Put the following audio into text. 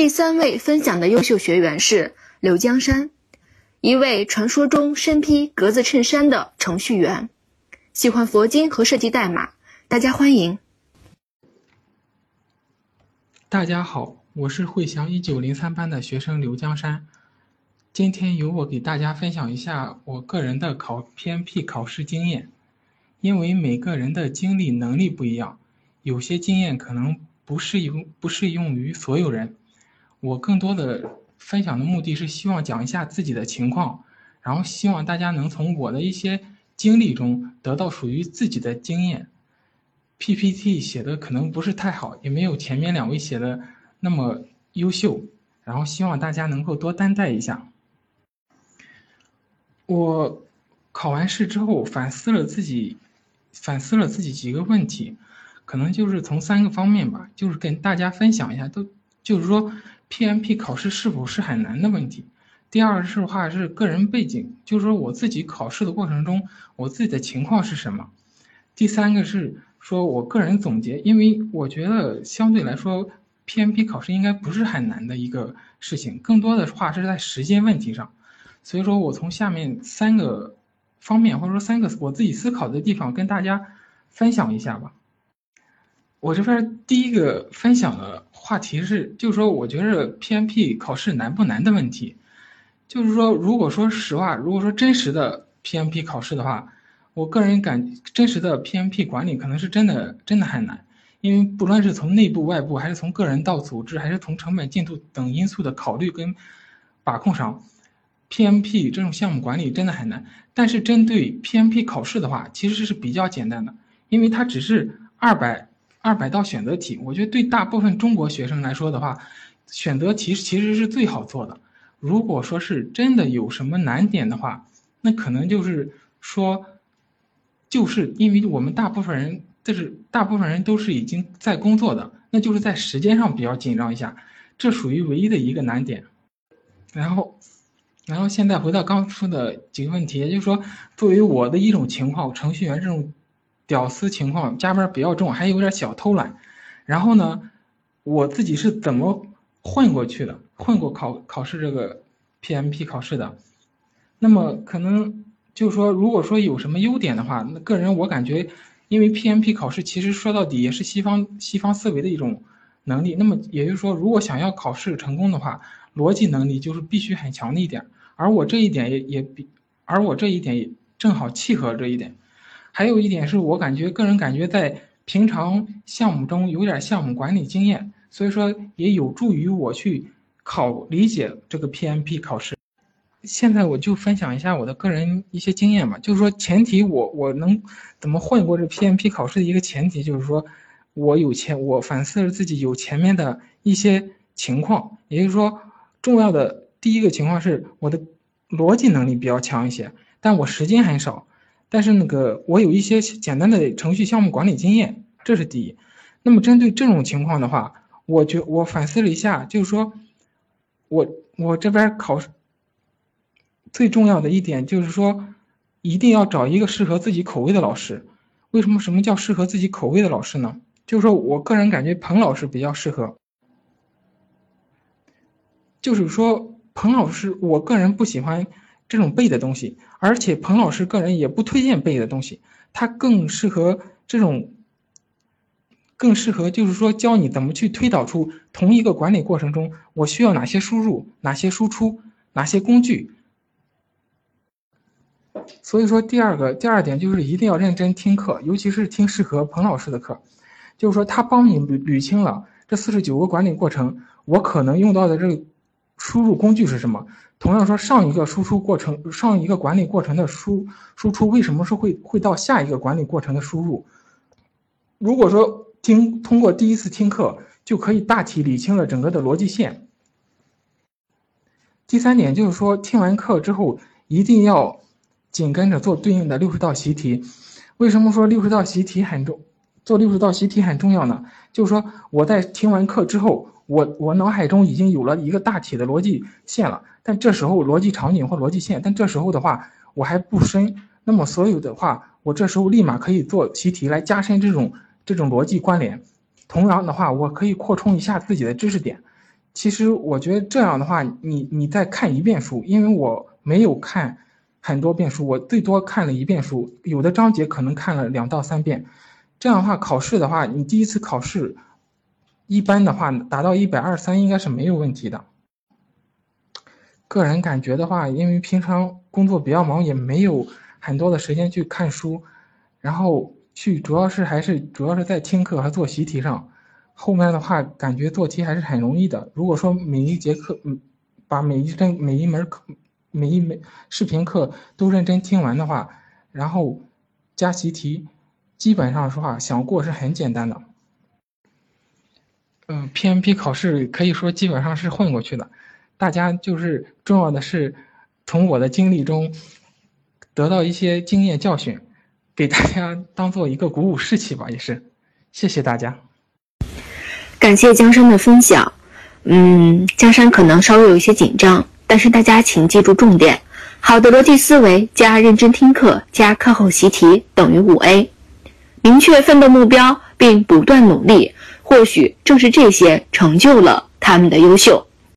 第3位分享的优秀学员是刘江山，一位传说中身披格子衬衫的程序员，喜欢佛经和设计代码，大家欢迎。 大家好，我是汇翔1903班的学生刘江山。今天由我给大家分享一下我个人的PMP 考试经验。因为每个人的经历能力不一样，有些经验可能不适用于所有人。我更多的分享的目的是希望讲一下自己的情况，然后希望大家能从我的一些经历中得到属于自己的经验。PPT 写的可能不是太好，也没有前面2位写的那么优秀，然后希望大家能够多担待一下。我考完试之后反思了自己几个问题，可能就是从3个方面吧，就是跟大家分享一下，就是说 PMP 考试是否是很难的问题。第二是话是个人背景，就是说我自己考试的过程中，我自己的情况是什么。第3个是说我个人总结，因为我觉得相对来说 PMP 考试应该不是很难的一个事情，更多的话是在时间问题上。所以说我从下面3个方面，或者说3个我自己思考的地方跟大家分享一下吧。我这边第一个分享的话题是，就是说我觉得 PMP 考试难不难的问题。就是说如果说实话，如果说真实的 PMP 考试的话，我个人真实的 PMP 管理可能是真的很难。因为不论是从内部外部，还是从个人到组织，还是从成本进度等因素的考虑跟把控上， PMP 这种项目管理真的很难。但是针对 PMP 考试的话，其实是比较简单的，因为它只是200道选择题。我觉得对大部分中国学生来说的话，选择题其实是最好做的。如果说是真的有什么难点的话，那可能就是说，就是因为我们大部分人都是已经在工作的，那就是在时间上比较紧张一下，这属于唯一的一个难点。然后现在回到刚出的几个问题，也就是说，作为我的一种情况，程序员这种屌丝情况，加班比较重，还有点小偷懒。然后呢，我自己是怎么混过去的？混过考试这个 PMP 考试的。那么可能就是说，如果说有什么优点的话，那个人我感觉，因为 PMP 考试其实说到底也是西方思维的一种能力。那么也就是说，如果想要考试成功的话，逻辑能力就是必须很强的一点。而我这一点也正好契合这一点。还有一点是我个人感觉在平常项目中有点项目管理经验，所以说也有助于我去理解这个 PMP 考试。现在我就分享一下我的个人一些经验吧，就是说前提我能怎么混过这 PMP 考试的一个前提，就是说我反思了自己有前面的一些情况，也就是说重要的第一个情况是我的逻辑能力比较强一些，但我时间很少，但是我有一些简单的程序项目管理经验，这是第一。那么针对这种情况的话，我反思了一下，就是说我这边考试最重要的一点就是说，一定要找一个适合自己口味的老师。为什么叫适合自己口味的老师呢？就是说我个人感觉彭老师比较适合。就是说彭老师，我个人不喜欢这种背的东西，而且彭老师个人也不推荐背的东西，他更适合就是说教你怎么去推导出同一个管理过程中我需要哪些输入，哪些输出，哪些工具。所以说第二点就是一定要认真听课，尤其是听适合彭老师的课，就是说他帮你捋清了这49个管理过程，我可能用到的这个输入工具是什么。同样说上一个管理过程的输出为什么是会到下一个管理过程的输入。如果说通过第一次听课就可以大体理清了整个的逻辑线。第3点就是说听完课之后一定要紧跟着做对应的60道习题。为什么说60道习题做60道习题很重要呢？就是说我在听完课之后，我脑海中已经有了一个大体的逻辑线了，但这时候逻辑场景或逻辑线，但这时候的话我还不深，那么所有的话我这时候立马可以做习题来加深这种逻辑关联。同样的话，我可以扩充一下自己的知识点， 其实我觉得这样的话，你再看一遍书，因为我没有看很多遍书，我最多看了一遍书，有的章节可能看了2到3遍。这样的话，考试的话，你第一次考试，一般的话达到123应该是没有问题的。个人感觉的话，因为平常工作比较忙，也没有很多的时间去看书，然后主要是在听课和做习题上。后面的话，感觉做题还是很容易的。如果说每一节课，把每一门视频课都认真听完的话，然后加习题，基本上说话想过是很简单的。PMP 考试可以说基本上是混过去的。大家就是重要的是从我的经历中得到一些经验教训，给大家当做一个鼓舞士气吧，也是。谢谢大家。 感谢江山的分享。江山可能稍微有一些紧张，但是大家请记住重点：好的逻辑思维加认真听课加课后习题等于5A。明确奋斗目标并不断努力，或许正是这些成就了他们的优秀。